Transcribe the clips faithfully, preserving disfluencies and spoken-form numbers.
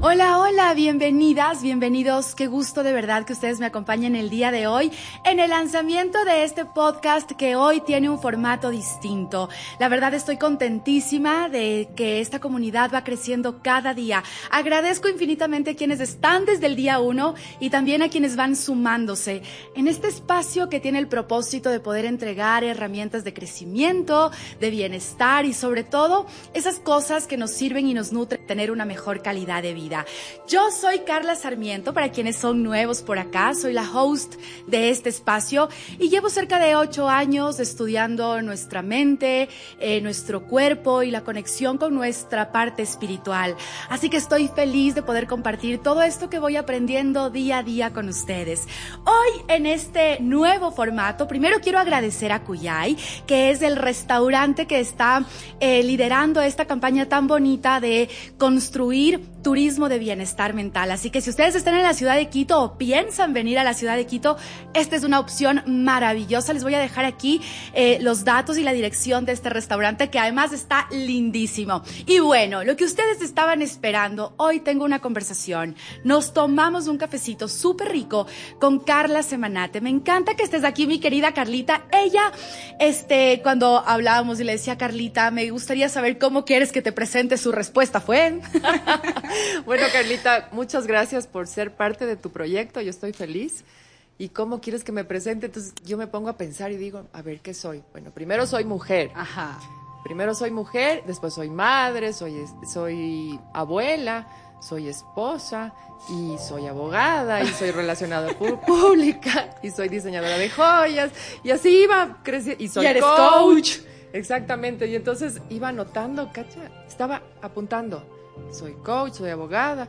Hola, hola, bienvenidas, bienvenidos. Qué gusto de verdad que ustedes me acompañen el día de hoy en el lanzamiento de este podcast que hoy tiene un formato distinto. La verdad estoy contentísima de que esta comunidad va creciendo cada día. Agradezco infinitamente a quienes están desde el día uno y también a quienes van sumándose en este espacio que tiene el propósito de poder entregar herramientas de crecimiento, de bienestar y sobre todo esas cosas que nos sirven y nos nutren tener una mejor calidad de vida. Yo soy Carla Sarmiento, para quienes son nuevos por acá, soy la host de este espacio y llevo cerca de ocho años estudiando nuestra mente, eh, nuestro cuerpo y la conexión con nuestra parte espiritual. Así que estoy feliz de poder compartir todo esto que voy aprendiendo día a día con ustedes. Hoy en este nuevo formato, primero quiero agradecer a Cuyay, que es el restaurante que está eh, liderando esta campaña tan bonita de construir turismo de bienestar mental. Así que si ustedes están en la ciudad de Quito o piensan venir a la ciudad de Quito, esta es una opción maravillosa. Les voy a dejar aquí eh, los datos y la dirección de este restaurante, que además está lindísimo. Y bueno, lo que ustedes estaban esperando, hoy tengo una conversación. Nos tomamos un cafecito súper rico con Carla Semanate. Me encanta que estés aquí, mi querida Carlita. Ella, este, cuando hablábamos y le decía, Carlita, me gustaría saber cómo quieres que te presente, su respuesta fue... Bueno, Carlita, muchas gracias por ser parte de tu proyecto. Yo estoy feliz. ¿Y cómo quieres que me presente? Entonces yo me pongo a pensar y digo, a ver, ¿qué soy? Bueno, primero soy mujer. Ajá. Primero soy mujer, después soy madre, soy, soy abuela, soy esposa y soy abogada y soy relacionada pública y soy diseñadora de joyas y así iba creciendo. Y soy y eres coach. coach. Exactamente. Y entonces iba anotando, ¿cacha? Estaba apuntando. Soy coach, soy abogada,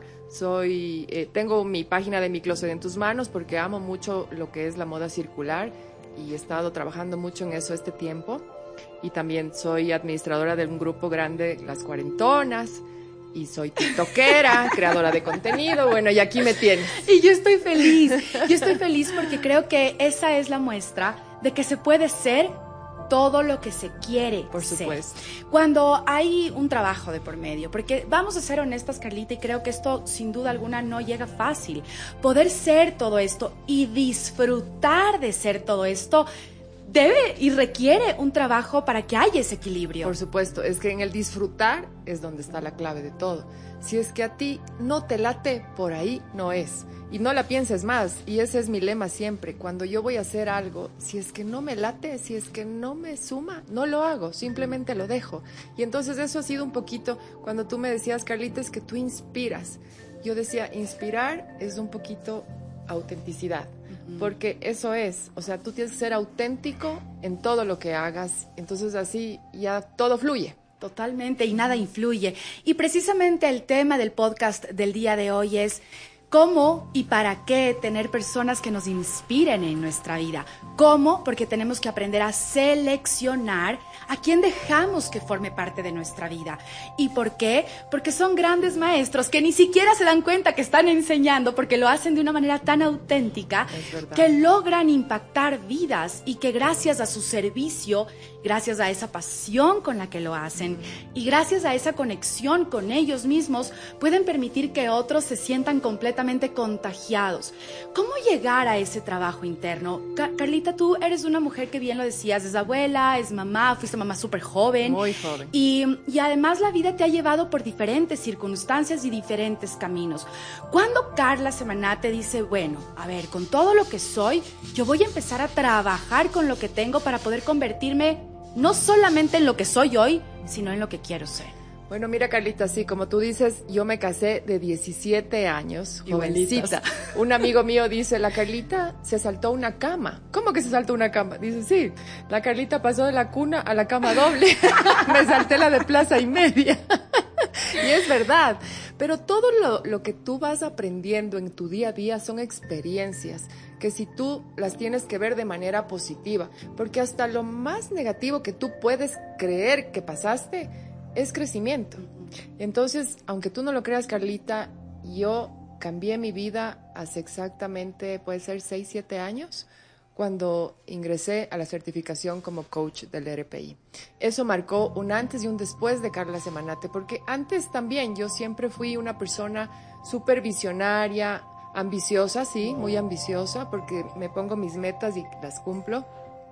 soy eh, tengo mi página de Mi Closet en Tus Manos porque amo mucho lo que es la moda circular y he estado trabajando mucho en eso este tiempo. Y también soy administradora de un grupo grande, Las Cuarentonas, y soy tiktokera, creadora de contenido. Bueno, y aquí me tienes. Y yo estoy feliz, yo estoy feliz porque creo que esa es la muestra de que se puede ser todo lo que se quiere Por supuesto. ser. Cuando hay un trabajo de por medio, porque vamos a ser honestas, Carlita, y creo que esto sin duda alguna no llega fácil. Poder ser todo esto y disfrutar de ser todo esto debe y requiere un trabajo para que haya ese equilibrio. Por supuesto, es que en el disfrutar es donde está la clave de todo. Si es que a ti no te late, por ahí no es. Y no la pienses más, y ese es mi lema siempre. Cuando yo voy a hacer algo, si es que no me late, si es que no me suma, no lo hago, simplemente lo dejo. Y entonces eso ha sido un poquito, cuando tú me decías, Carlita, es que tú inspiras. Yo decía, inspirar es un poquito autenticidad, uh-huh. Porque eso es, o sea, tú tienes que ser auténtico en todo lo que hagas, entonces así ya todo fluye. Totalmente, y nada influye. Y precisamente el tema del podcast del día de hoy es ¿cómo y para qué tener personas que nos inspiren en nuestra vida? ¿Cómo? Porque tenemos que aprender a seleccionar a quién dejamos que forme parte de nuestra vida. ¿Y por qué? Porque son grandes maestros que ni siquiera se dan cuenta que están enseñando, porque lo hacen de una manera tan auténtica que logran impactar vidas y que gracias a su servicio, gracias a esa pasión con la que lo hacen y gracias a esa conexión con ellos mismos, pueden permitir que otros se sientan completamente contagiados. ¿Cómo llegar a ese trabajo interno? Ca- Carlita, tú eres una mujer que bien lo decías, es abuela, es mamá, fuiste mamá súper joven. Muy joven. Y, y además la vida te ha llevado por diferentes circunstancias y diferentes caminos. Cuando Carla Semanate dice, bueno, a ver, con todo lo que soy, yo voy a empezar a trabajar con lo que tengo para poder convertirme no solamente en lo que soy hoy, sino en lo que quiero ser. Bueno, mira, Carlita, sí, como tú dices, yo me casé de diecisiete años, jovencita. Un amigo mío dice, la Carlita se saltó una cama. ¿Cómo que se saltó una cama? Dice, sí, la Carlita pasó de la cuna a la cama doble. Me salté la de plaza y media. Y es verdad, pero todo lo, lo que tú vas aprendiendo en tu día a día son experiencias que si tú las tienes que ver de manera positiva, porque hasta lo más negativo que tú puedes creer que pasaste es crecimiento. Entonces, aunque tú no lo creas, Carlita, yo cambié mi vida hace exactamente, puede ser seis, siete años, cuando ingresé a la certificación como coach del R P I. Eso marcó un antes y un después de Carla Semanate, porque antes también yo siempre fui una persona súper visionaria, ambiciosa, sí, muy ambiciosa, porque me pongo mis metas y las cumplo,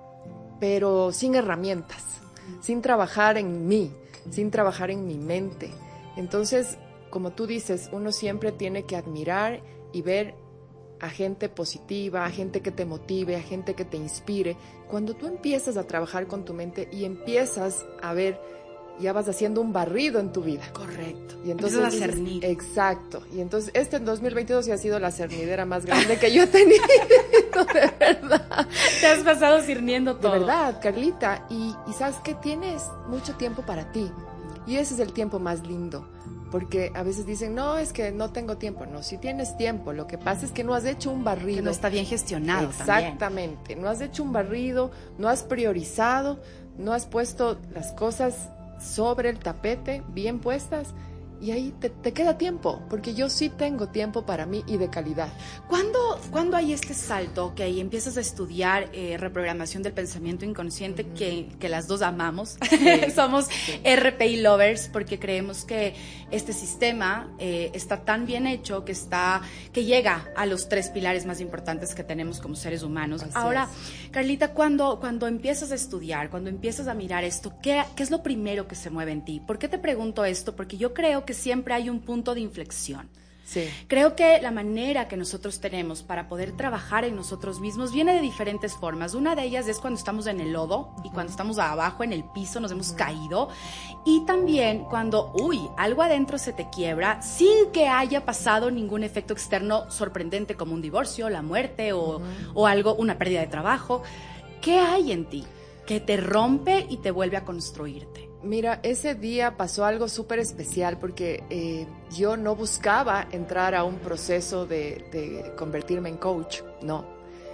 pero sin herramientas, sin trabajar en mí, sin trabajar en mi mente. Entonces, como tú dices, uno siempre tiene que admirar y ver a gente positiva, a gente que te motive, a gente que te inspire. Cuando tú empiezas a trabajar con tu mente y empiezas a ver, ya vas haciendo un barrido en tu vida. Correcto. Y entonces empiezas a dices, cernir. Exacto. Y entonces este en dos mil veintidós ya ha sido la cernidera más grande que yo he tenido, de verdad. Te has pasado cirniendo todo. De verdad, Carlita. Y, y sabes que tienes mucho tiempo para ti. Y ese es el tiempo más lindo. Porque a veces dicen, no, es que no tengo tiempo. No, sí tienes tiempo. Lo que pasa es que no has hecho un barrido. Que no está bien gestionado. Exactamente. También. No has hecho un barrido, no has priorizado, no has puesto las cosas sobre el tapete, bien puestas. Y ahí te, te queda tiempo, porque yo sí tengo tiempo para mí y de calidad. ¿Cuándo, ¿cuándo hay este salto que ahí empiezas a estudiar eh, reprogramación del pensamiento inconsciente, uh-huh. que, que las dos amamos? Sí. Somos sí. R P I lovers, porque creemos que este sistema eh, está tan bien hecho que, está, que llega a los tres pilares más importantes que tenemos como seres humanos. Así Ahora, es. Carlita, cuando, cuando empiezas a estudiar, cuando empiezas a mirar esto, ¿qué, ¿qué es lo primero que se mueve en ti? ¿Por qué te pregunto esto? Porque yo creo que siempre hay un punto de inflexión. Sí. Creo que la manera que nosotros tenemos para poder trabajar en nosotros mismos viene de diferentes formas. Una de ellas es cuando estamos en el lodo y cuando estamos abajo en el piso, nos hemos caído. Y también cuando, uy, algo adentro se te quiebra sin que haya pasado ningún efecto externo sorprendente como un divorcio, la muerte o, uh-huh. o algo, una pérdida de trabajo. ¿Qué hay en ti que te rompe y te vuelve a construirte? Mira, ese día pasó algo súper especial porque eh, yo no buscaba entrar a un proceso de, de convertirme en coach, no.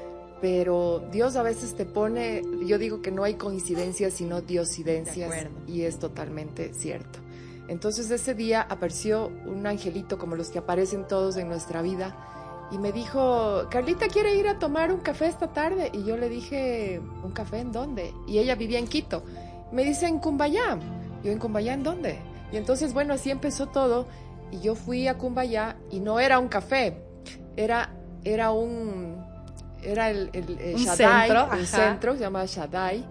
Pero Dios a veces te pone, yo digo que no hay coincidencias sino diosidencias, y es totalmente cierto. Entonces ese día apareció un angelito como los que aparecen todos en nuestra vida y me dijo, Carlita quiere ir a tomar un café esta tarde. Y yo le dije, ¿un café en dónde? Y ella vivía en Quito. Me dice, en Cumbayá. Yo, ¿en Cumbayá en dónde? Y entonces, bueno, así empezó todo. Y yo fui a Cumbayá y no era un café. Era, era un... Era el, el, el un Shaddai, centro, un ajá. centro, se llama Shaddai.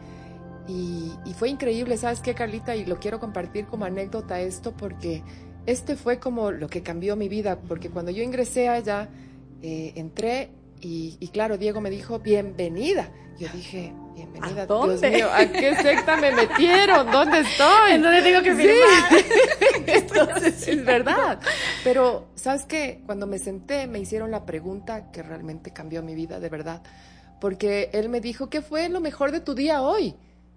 Y, y fue increíble, ¿sabes qué, Carlita? Y lo quiero compartir como anécdota esto porque este fue como lo que cambió mi vida. Porque cuando yo ingresé allá, eh, entré y, y claro, Diego me dijo, bienvenida. Yo dije, bienvenida, ¿a dónde? Dios mío, ¿a qué secta me metieron? ¿Dónde estoy? ¿En dónde tengo que firmar? Sí. Entonces, es verdad. Pero, ¿sabes qué? Cuando me senté, me hicieron la pregunta que realmente cambió mi vida, de verdad. Porque él me dijo, ¿qué fue lo mejor de tu día hoy?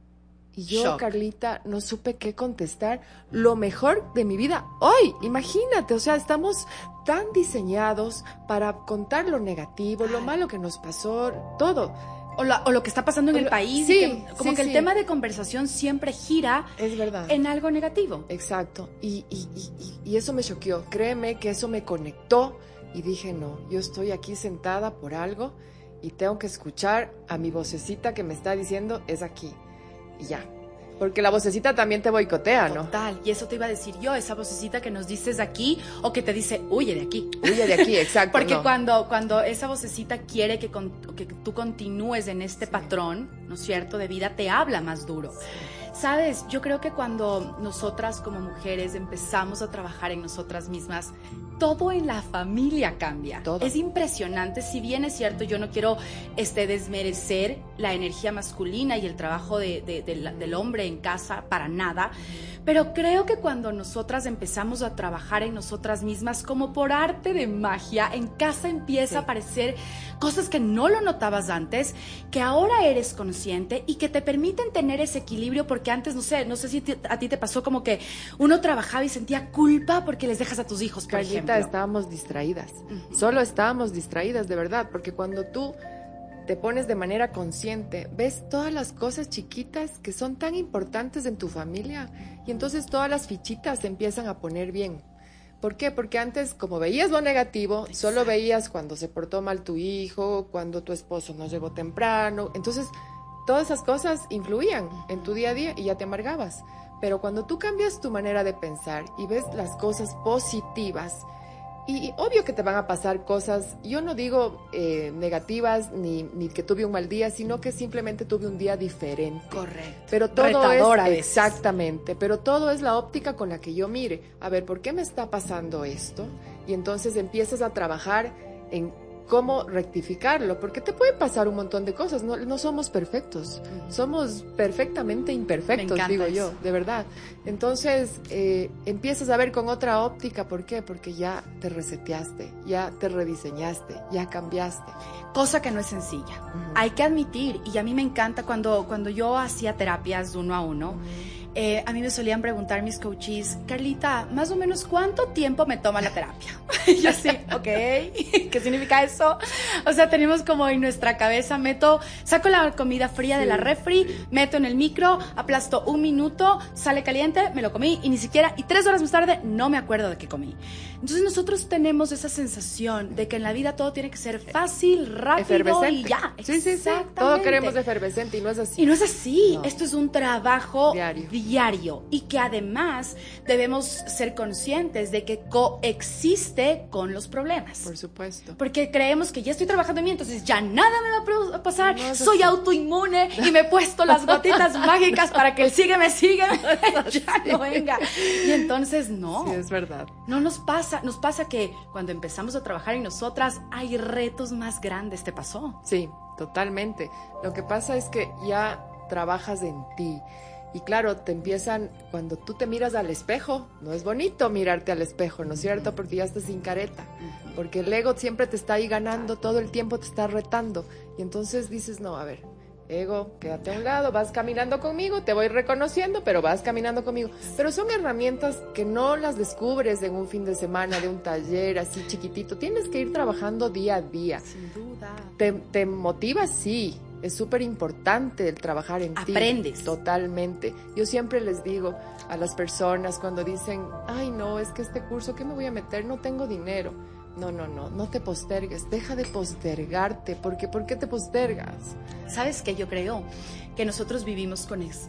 Y yo, Shock. Carlita, no supe qué contestar. Lo mejor de mi vida hoy, imagínate, o sea, estamos tan diseñados para contar lo negativo, lo malo que nos pasó, todo. O, la, o lo que está pasando en O el lo, país. Sí, que, como sí, que sí. el tema de conversación siempre gira es verdad. en algo negativo. Exacto. Y, y, y, y eso me choqueó. Créeme que eso me conectó y dije, no, yo estoy aquí sentada por algo y tengo que escuchar a mi vocecita que me está diciendo, es aquí. Y ya. Porque la vocecita también te boicotea, ¿no? Total, y eso te iba a decir yo, esa vocecita que nos dices aquí o que te dice, huye de aquí. Huye de aquí, exacto. Porque no. cuando, cuando esa vocecita quiere que, con, que tú continúes en este sí. patrón, ¿no es cierto?, de vida, te habla más duro. Sí. Sabes, yo creo que cuando nosotras como mujeres empezamos a trabajar en nosotras mismas, todo en la familia cambia. Todo. Es impresionante. Si bien es cierto, yo no quiero este, desmerecer la energía masculina y el trabajo de, de, de la, del hombre en casa, para nada, pero creo que cuando nosotras empezamos a trabajar en nosotras mismas, como por arte de magia, en casa empieza sí. a aparecer cosas que no lo notabas antes, que ahora eres consciente y que te permiten tener ese equilibrio, porque antes, no sé, no sé si a ti te pasó como que uno trabajaba y sentía culpa porque les dejas a tus hijos, por Carlita, ejemplo. estábamos distraídas, uh-huh. solo estábamos distraídas, de verdad, porque cuando tú te pones de manera consciente, ves todas las cosas chiquitas que son tan importantes en tu familia y entonces todas las fichitas se empiezan a poner bien. ¿Por qué? Porque antes, como veías lo negativo, Exacto. solo veías cuando se portó mal tu hijo, cuando tu esposo no llegó temprano. Entonces, todas esas cosas influían en tu día a día y ya te amargabas. Pero cuando tú cambias tu manera de pensar y ves las cosas positivas, y, y obvio que te van a pasar cosas, yo no digo eh, negativas ni, ni que tuve un mal día, sino que simplemente tuve un día diferente. Correcto. Pero todo Retador es a veces. exactamente, pero todo es la óptica con la que yo mire. A ver, ¿por qué me está pasando esto? Y entonces empiezas a trabajar en cómo rectificarlo, porque te puede pasar un montón de cosas, no, no somos perfectos, uh-huh. somos perfectamente imperfectos, digo eso. yo, de verdad. Entonces eh, empiezas a ver con otra óptica, ¿por qué? Porque ya te reseteaste, ya te rediseñaste, ya cambiaste. Cosa que no es sencilla, uh-huh. hay que admitir, y a mí me encanta cuando, cuando yo hacía terapias uno a uno, uh-huh. Eh, a mí me solían preguntar mis coaches, Carlita, más o menos ¿cuánto tiempo me toma la terapia? Y yo sí, ok, ¿qué significa eso? O sea, tenemos como en nuestra cabeza, meto, saco la comida fría sí, de la refri, sí. meto en el micro, aplasto un minuto, sale caliente, me lo comí y ni siquiera, y tres horas más tarde no me acuerdo de qué comí. Entonces nosotros tenemos esa sensación de que en la vida todo tiene que ser fácil, rápido y ya. Sí, sí, sí, todo queremos efervescente y no es así. Y no es así, no. Esto es un trabajo diario. diario y que además debemos ser conscientes de que coexiste con los problemas. Por supuesto. Porque creemos que ya estoy trabajando en mí, entonces ya nada me va a pasar, no soy así. autoinmune y me he puesto las gotitas mágicas para que el sigue me siga, ya no venga. Y entonces no. Sí, es verdad. No nos pasa, nos pasa que cuando empezamos a trabajar en nosotras hay retos más grandes, ¿te pasó? Sí, totalmente. Lo que pasa es que ya trabajas en ti. Y claro, te empiezan, cuando tú te miras al espejo, no es bonito mirarte al espejo, ¿no es cierto? Porque ya estás sin careta, porque el ego siempre te está ahí ganando, todo el tiempo te está retando. Y entonces dices, no, a ver, ego, quédate a un lado, vas caminando conmigo, te voy reconociendo, pero vas caminando conmigo. Pero son herramientas que no las descubres en un fin de semana, de un taller así chiquitito. Tienes que ir trabajando día a día. Sin duda. ¿Te, te motivas? Sí. Es súper importante el trabajar en ti. Aprendes. Totalmente. Yo siempre les digo a las personas cuando dicen, ay no, es que este curso, ¿qué me voy a meter? No tengo dinero. No, no, no, no te postergues. Deja de postergarte. Porque, ¿por qué te postergas? ¿Sabes qué? Yo creo que nosotros vivimos con eso.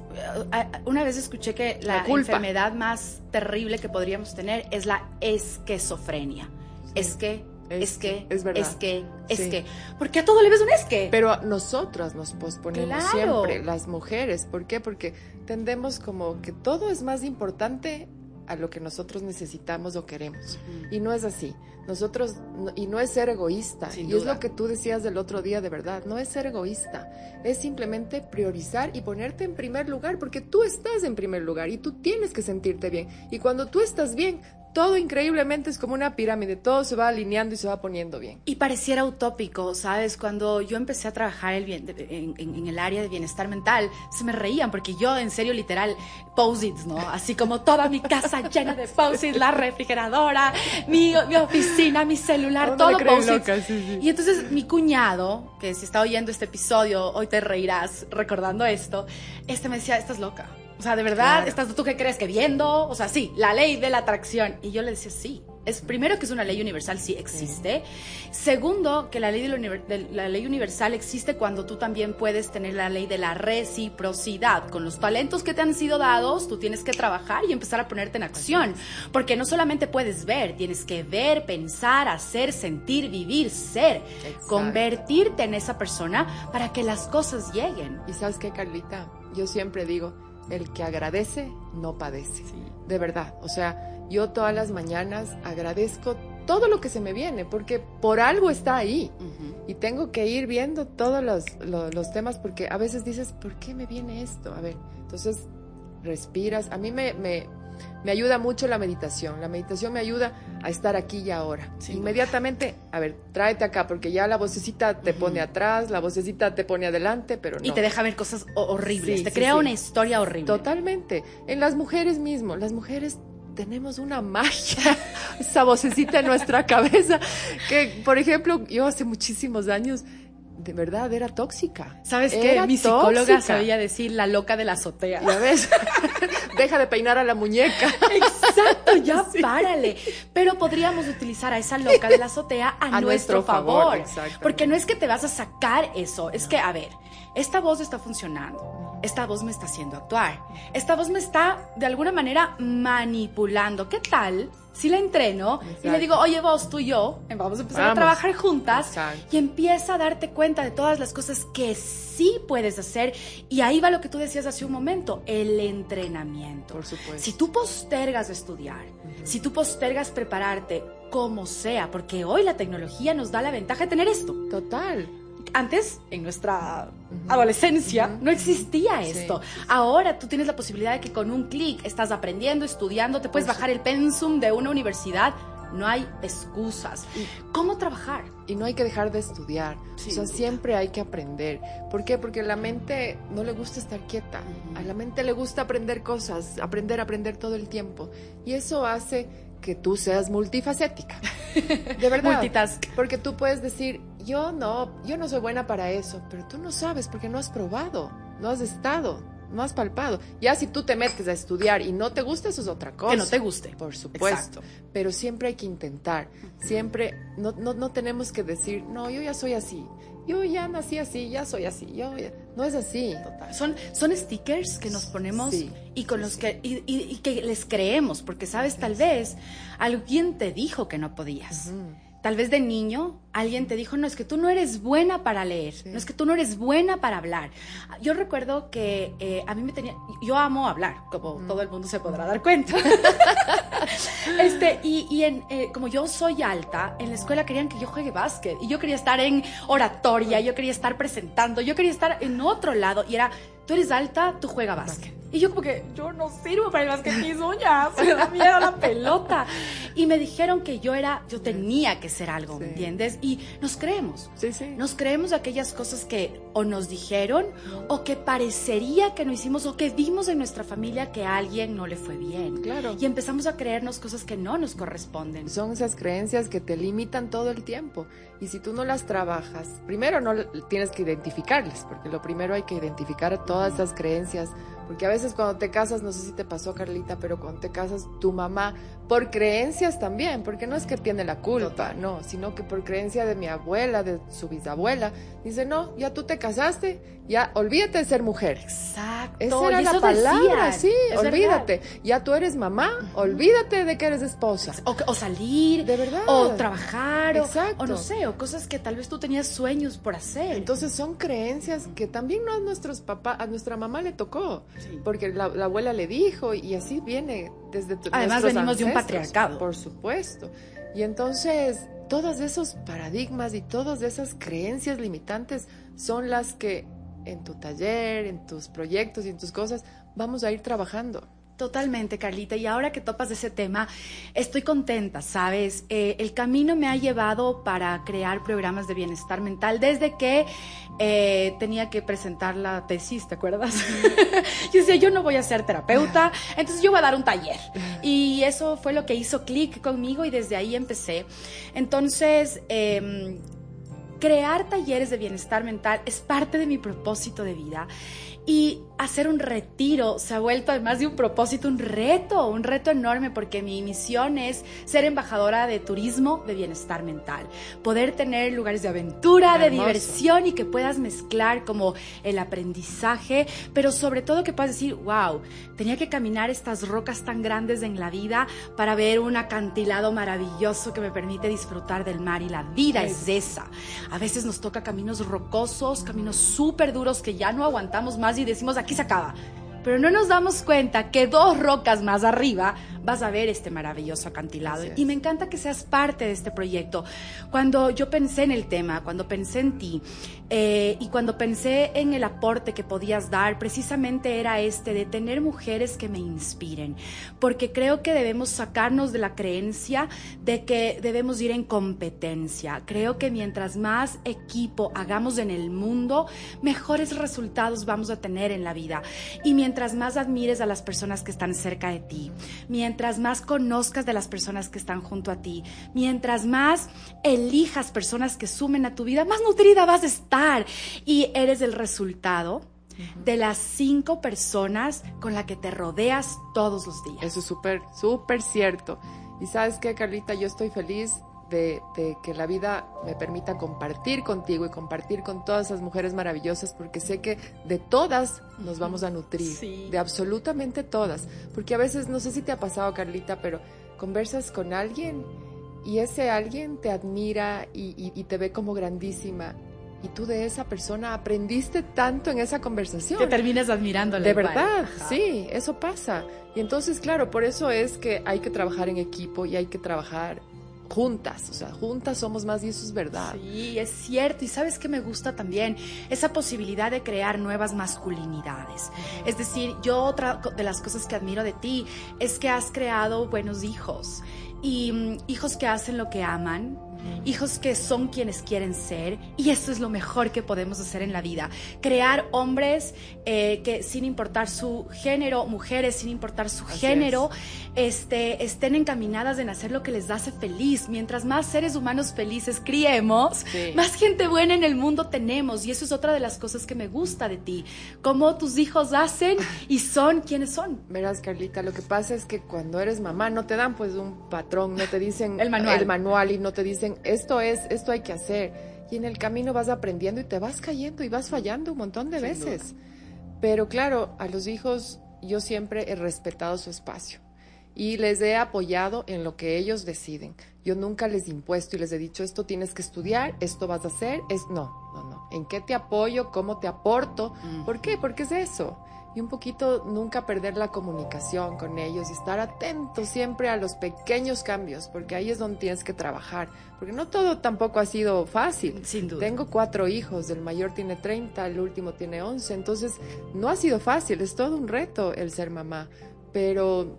Una vez escuché que la, la enfermedad más terrible que podríamos tener es la esquizofrenia. Sí. Es que... Es, es que, es, verdad. es que, es sí. que, porque a todo le ves un es que. Pero nosotras nos posponemos claro. siempre, las mujeres. ¿Por qué? Porque tendemos como que todo es más importante a lo que nosotros necesitamos o queremos. Uh-huh. Y no es así. Nosotros, y no es ser egoísta. Sin y duda. Es lo que tú decías del otro día, de verdad. No es ser egoísta. Es simplemente priorizar y ponerte en primer lugar, porque tú estás en primer lugar y tú tienes que sentirte bien. Y cuando tú estás bien, todo increíblemente es como una pirámide, todo se va alineando y se va poniendo bien. Y pareciera utópico, ¿sabes? Cuando yo empecé a trabajar el bien, en, en, en el área de bienestar mental, se me reían porque yo, en serio, literal, post-its, ¿no? Así como toda mi casa llena de post-its, la refrigeradora, mi, mi oficina, mi celular, no, todo no post-its. Sí, sí. Y entonces mi cuñado, que si está oyendo este episodio, hoy te reirás recordando esto, este me decía, estás loca. O sea, de verdad, claro. ¿Estás tú qué crees que viendo? O sea, sí, la ley de la atracción. Y yo le decía, sí. Es, primero, que es una ley universal, sí existe. Sí. Segundo, que la ley, de la, univer, de la ley universal existe cuando tú también puedes tener la ley de la reciprocidad. Con los talentos que te han sido dados, tú tienes que trabajar y empezar a ponerte en acción. Porque no solamente puedes ver, tienes que ver, pensar, hacer, sentir, vivir, ser. Exacto. Convertirte en esa persona para que las cosas lleguen. ¿Y sabes qué, Carlita? Yo siempre digo, el que agradece no padece. Sí. De verdad, o sea, yo todas las mañanas agradezco todo lo que se me viene, porque por algo está ahí. Uh-huh. Y tengo que ir viendo todos los, los, los temas, porque a veces dices, ¿por qué me viene esto? A ver, entonces respiras. A mí me, me, me ayuda mucho la meditación. La meditación me ayuda a estar aquí y ahora. Sí. Inmediatamente, a ver, tráete acá, porque ya la vocecita te uh-huh. pone atrás, la vocecita te pone adelante, pero no. Y te deja ver cosas horribles, sí, te sí, crea sí. una historia horrible. Totalmente. En las mujeres mismo, las mujeres tenemos una magia, esa vocecita en nuestra cabeza, que, por ejemplo, yo hace muchísimos años, de verdad, era tóxica. ¿Sabes qué? Mi psicóloga tóxica. Sabía decir la loca de la azotea. ¿Ya ves? Deja de peinar a la muñeca. Exacto, ya sí. párale. Pero podríamos utilizar a esa loca de la azotea a, a nuestro, nuestro favor. favor porque no es que te vas a sacar eso, es que, a ver, esta voz está funcionando. Esta voz me está haciendo actuar. Esta voz me está, de alguna manera, manipulando. ¿Qué tal si la entreno Exacto. y le digo, oye, vos, tú y yo, vamos a empezar vamos. a trabajar juntas? Exacto. Y empieza a darte cuenta de todas las cosas que sí puedes hacer. Y ahí va lo que tú decías hace un momento, el entrenamiento. Por supuesto. Si tú postergas estudiar, uh-huh. si tú postergas prepararte, como sea, porque hoy la tecnología nos da la ventaja de tener esto. Total. Antes, en nuestra uh-huh. adolescencia, uh-huh. no existía esto. Sí, sí, sí. Ahora tú tienes la posibilidad de que con un clic estás aprendiendo, estudiando, te puedes bajar el pensum de una universidad. No hay excusas. ¿Cómo trabajar? Y no hay que dejar de estudiar. Sí, o sea, siempre hay que aprender. ¿Por qué? Porque a la mente no le gusta estar quieta. Uh-huh. A la mente le gusta aprender cosas, aprender, aprender todo el tiempo. Y eso hace que tú seas multifacética. De verdad. Multitask. Porque tú puedes decir, yo no, yo no soy buena para eso, pero tú no sabes porque no has probado, no has estado, no has palpado. Ya si tú te metes a estudiar y no te gusta, eso es otra cosa. Que no te guste. Por supuesto. Exacto. Pero siempre hay que intentar. Siempre, no, no, no tenemos que decir, no, yo ya soy así. Yo ya nací así, ya soy así. Yo ya... No es así. Total. Son, son stickers que nos ponemos sí, y con sí, los sí. que y, y, y que les creemos, porque sabes, tal vez alguien te dijo que no podías. Uh-huh. Tal vez de niño alguien te dijo, no, es que tú no eres buena para leer, sí. no es que tú no eres buena para hablar. Yo recuerdo que eh, a mí me tenía, yo amo hablar, como mm. todo el mundo se podrá dar cuenta. este y, y en, eh, como yo soy alta, en la escuela querían que yo juegue básquet y yo quería estar en oratoria, yo quería estar presentando, yo quería estar en otro lado y era, tú eres alta, tú juega básquet. Y yo como que, yo no sirvo para el básquet, mis uñas, me da miedo la pelota. Y me dijeron que yo era, yo tenía que ser algo, sí. ¿me entiendes? Y nos creemos. Sí, sí. Nos creemos aquellas cosas que o nos dijeron, o que parecería que no hicimos, o que vimos en nuestra familia que a alguien no le fue bien. Claro. Y empezamos a creernos cosas que no nos corresponden. Son esas creencias que te limitan todo el tiempo. Y si tú no las trabajas, primero no tienes que identificarlas, porque lo primero hay que identificar todas esas creencias. Porque a veces cuando te casas, no sé si te pasó, Carlita, pero cuando te casas, tu mamá, por creencias también, porque no es que tiene la culpa, Total. no, sino que por creencia de mi abuela, de su bisabuela, dice, no, ya tú te casaste, ya olvídate de ser mujer. Exacto. Esa era y la palabra, decían. sí, es olvídate. Verdad. Ya tú eres mamá, uh-huh. olvídate de que eres esposa. O, o salir, de verdad. o trabajar, o, Exacto. o no sé, o cosas que tal vez tú tenías sueños por hacer. Entonces son creencias que también no a nuestros papás, a nuestra mamá le tocó. Sí. Porque la, la abuela le dijo y así viene desde tu, además venimos ancestros, de un patriarcado. Por supuesto. Y entonces todos esos paradigmas y todas esas creencias limitantes son las que en tu taller, en tus proyectos y en tus cosas vamos a ir trabajando. Totalmente, Carlita. Y ahora que topas ese tema, estoy contenta, ¿sabes? Eh, el camino me ha llevado para crear programas de bienestar mental desde que eh, tenía que presentar la tesis, ¿te acuerdas? Yo decía, yo no voy a ser terapeuta, entonces yo voy a dar un taller. Y eso fue lo que hizo clic conmigo y desde ahí empecé. Entonces, eh, crear talleres de bienestar mental es parte de mi propósito de vida. Y hacer un retiro se ha vuelto, además de un propósito, un reto, un reto enorme, porque mi misión es ser embajadora de turismo de bienestar mental, poder tener lugares de aventura, de diversión y que puedas mezclar como el aprendizaje, pero sobre todo que puedas decir, wow, tenía que caminar estas rocas tan grandes en la vida para ver un acantilado maravilloso que me permite disfrutar del mar, y la vida es esa. A veces nos toca caminos rocosos, caminos súper duros que ya no aguantamos más y decimos, aquí se acaba. Pero no nos damos cuenta que dos rocas más arriba vas a ver este maravilloso acantilado. Y me encanta que seas parte de este proyecto. Cuando yo pensé en el tema, cuando pensé en ti, eh, y cuando pensé en el aporte que podías dar, precisamente era este, de tener mujeres que me inspiren. Porque creo que debemos sacarnos de la creencia de que debemos ir en competencia. Creo que mientras más equipo hagamos en el mundo, mejores resultados vamos a tener en la vida. Y mientras más admires a las personas que están cerca de ti, mientras más conozcas de las personas que están junto a ti, mientras más elijas personas que sumen a tu vida, más nutrida vas a estar. Y eres el resultado uh-huh. de las cinco personas con las que te rodeas todos los días. Eso es súper, súper cierto. Y ¿sabes qué, Carlita? Yo estoy feliz de, de que la vida me permita compartir contigo y compartir con todas esas mujeres maravillosas, porque sé que de todas nos vamos a nutrir, sí. de absolutamente todas. Porque a veces, no sé si te ha pasado, Carlita, pero conversas con alguien y ese alguien te admira y, y, y te ve como grandísima. Y tú de esa persona aprendiste tanto en esa conversación. Que terminas admirándola. De igual. verdad, Ajá. sí, eso pasa. Y entonces, claro, por eso es que hay que trabajar en equipo y hay que trabajar juntas. O sea, juntas somos más y eso es verdad. Sí, es cierto. Y ¿sabes qué me gusta también? Esa posibilidad de crear nuevas masculinidades. Uh-huh. Es decir, yo otra de las cosas que admiro de ti es que has creado buenos hijos. Y um, hijos que hacen lo que aman, hijos que son quienes quieren ser, y eso es lo mejor que podemos hacer en la vida, crear hombres eh, que sin importar su género, mujeres sin importar su Así género, este, estén encaminadas en hacer lo que les hace feliz. Mientras más seres humanos felices criemos, sí. más gente buena en el mundo tenemos, y eso es otra de las cosas que me gusta de ti, cómo tus hijos hacen y son quienes son. Verás, Carlita, lo que pasa es que cuando eres mamá no te dan pues un patrón, no te dicen el manual, el manual y no te dicen esto es, esto hay que hacer, y en el camino vas aprendiendo y te vas cayendo y vas fallando un montón de Sin veces duda. Pero claro, a los hijos yo siempre he respetado su espacio y les he apoyado en lo que ellos deciden. Yo nunca les he impuesto y les he dicho esto tienes que estudiar, esto vas a hacer, es no, no, no, en qué te apoyo, cómo te aporto, mm. ¿por qué? Porque es eso. Y un poquito nunca perder la comunicación con ellos y estar atento siempre a los pequeños cambios, porque ahí es donde tienes que trabajar, porque no todo tampoco ha sido fácil. Sin duda. Tengo cuatro hijos, el mayor tiene treinta, el último tiene once, entonces no ha sido fácil, es todo un reto el ser mamá, pero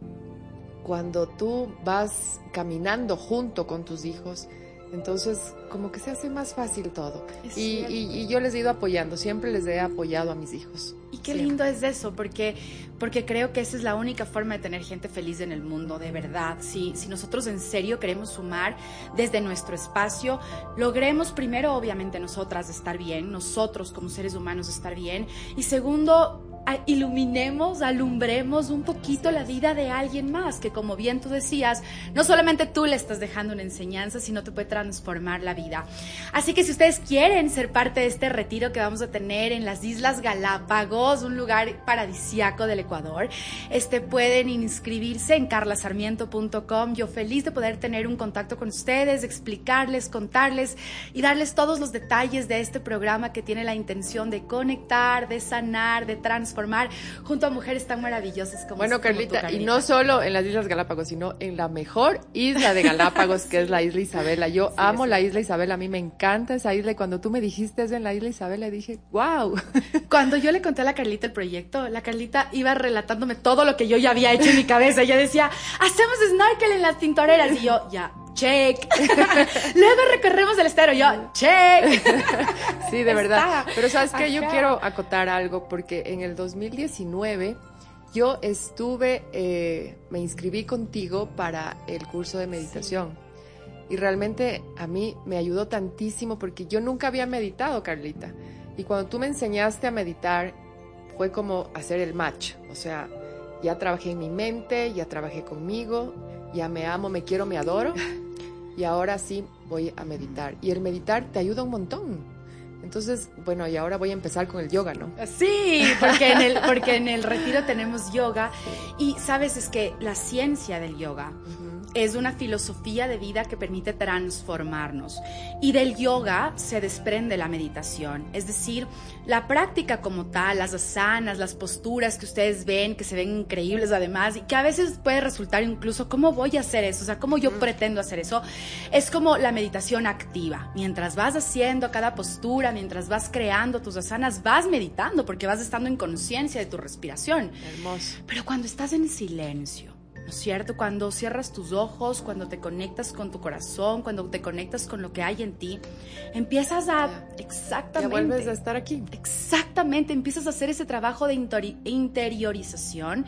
cuando tú vas caminando junto con tus hijos, entonces como que se hace más fácil todo. Y, y, y yo les he ido apoyando, siempre les he apoyado a mis hijos. Y qué siempre. lindo es eso, porque, porque creo que esa es la única forma de tener gente feliz en el mundo, de verdad. Si, si nosotros en serio queremos sumar desde nuestro espacio, logremos primero, obviamente, nosotras estar bien, nosotros como seres humanos estar bien, y segundo, iluminemos, alumbremos un poquito la vida de alguien más, que como bien tú decías, no solamente tú le estás dejando una enseñanza, sino te puede transformar la vida. Así que si ustedes quieren ser parte de este retiro que vamos a tener en las Islas Galápagos, un lugar paradisíaco del Ecuador, este, pueden inscribirse en carla sarmiento punto com. Yo feliz de poder tener un contacto con ustedes, explicarles, contarles y darles todos los detalles de este programa que tiene la intención de conectar, de sanar, de transformar formar junto a mujeres tan maravillosas como Bueno, como Carlita, tú, Carlita, y no solo en las Islas Galápagos, sino en la mejor isla de Galápagos, sí. que es la Isla Isabela. Yo sí, amo la Isla Isabela, a mí me encanta esa isla, y cuando tú me dijiste eso en la Isla Isabela, dije, wow. Cuando yo le conté a la Carlita el proyecto, la Carlita iba relatándome todo lo que yo ya había hecho en mi cabeza. Ella decía, hacemos snorkel en las tintoreras, y yo, ya, check. Luego recorremos el estero, yo, check. Sí, de verdad. Pero ¿sabes qué? Yo quiero acotar algo, porque en el dos mil diecinueve yo estuve, eh, me inscribí contigo para el curso de meditación. Sí. Y realmente a mí me ayudó tantísimo, porque yo nunca había meditado, Carlita. Y cuando tú me enseñaste a meditar, fue como hacer el match. O sea, ya trabajé en mi mente, ya trabajé conmigo, ya me amo, me quiero, me adoro. Y ahora sí voy a meditar. Y el meditar te ayuda un montón. Entonces, bueno, y ahora voy a empezar con el yoga, ¿no? Sí, porque en el, porque en el retiro tenemos yoga. Y, ¿sabes? Es que la ciencia del yoga uh-huh. es una filosofía de vida que permite transformarnos. Y del yoga se desprende la meditación. Es decir, la práctica como tal, las asanas, las posturas que ustedes ven, que se ven increíbles además, y que a veces puede resultar incluso, ¿cómo voy a hacer eso? O sea, ¿cómo yo uh-huh. pretendo hacer eso? Es como la meditación activa. Mientras vas haciendo cada postura, mientras vas creando tus asanas, vas meditando, porque vas estando en conciencia de tu respiración. Hermoso. Pero cuando estás en silencio, ¿no es cierto? Cuando cierras tus ojos, cuando te conectas con tu corazón, cuando te conectas con lo que hay en ti, empiezas a... Ya. Exactamente. Ya vuelves a estar aquí. Exactamente. Empiezas a hacer ese trabajo de intori- interiorización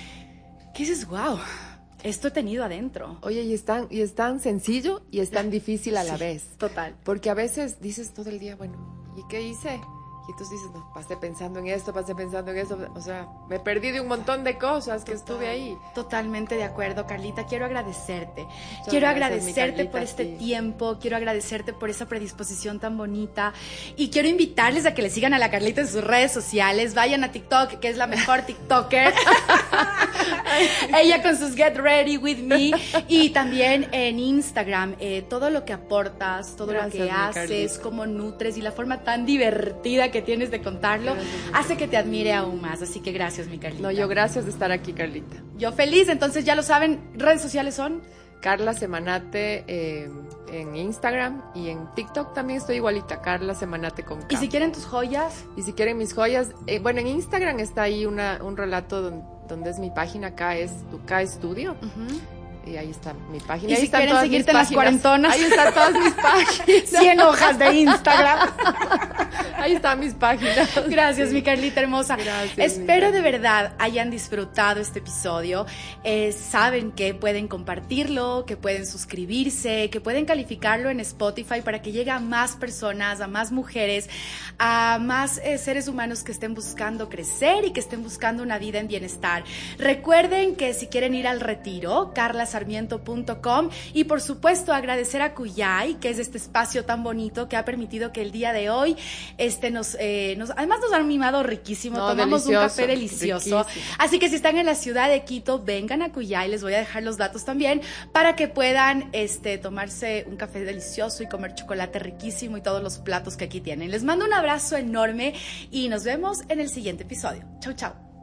que dices, wow, esto he tenido adentro. Oye, y es tan, y es tan sencillo y es tan difícil a la sí, vez. Total. Porque a veces dices todo el día, bueno, ¿y qué hice? Y entonces dices, no, pasé pensando en esto, pasé pensando en esto, o sea, me perdí de un montón de cosas que Total, estuve ahí. Totalmente de acuerdo, Carlita, quiero agradecerte. Muchas quiero gracias, agradecerte Carlita, por este sí. tiempo, quiero agradecerte por esa predisposición tan bonita y quiero invitarles a que le sigan a la Carlita en sus redes sociales, vayan a TikTok, que es la mejor TikToker. Ella con sus Get Ready With Me y también en Instagram, eh, todo lo que aportas, todo Gracias, lo que haces, Carlita. cómo nutres y la forma tan divertida que tienes de contarlo, Gracias, hace que te admire aún más. Así que gracias, mi Carlita. No, yo gracias de estar aquí, Carlita. Yo feliz, entonces ya lo saben, redes sociales son... Carla Semanate eh, en Instagram y en TikTok también estoy igualita, Carla Semanate con K. Y si quieren tus joyas... Y si quieren mis joyas, eh, bueno, en Instagram está ahí una, un relato donde, donde es mi página, K es tu K Studio. Uh-huh. Y ahí está mi página. Y ahí si están quieren todas seguirte mis en las cuarentonas. Ahí están todas mis páginas. cien hojas de Instagram. Ahí están mis páginas. Gracias, sí. mi Carlita hermosa. Gracias, Espero de verdad hayan disfrutado este episodio. Eh, saben que pueden compartirlo, que pueden suscribirse, que pueden calificarlo en Spotify para que llegue a más personas, a más mujeres, a más eh, seres humanos que estén buscando crecer y que estén buscando una vida en bienestar. Recuerden que si quieren ir al retiro, carla sarmiento punto com, y por supuesto agradecer a Kuyay, que es este espacio tan bonito que ha permitido que el día de hoy este nos, eh, nos además nos han mimado riquísimo, no, tomamos delicioso, un café delicioso, riquísimo. Así que si están en la ciudad de Quito, vengan a Kuyay, les voy a dejar los datos también para que puedan este, tomarse un café delicioso y comer chocolate riquísimo y todos los platos que aquí tienen. Les mando un abrazo enorme y nos vemos en el siguiente episodio. Chau, chau.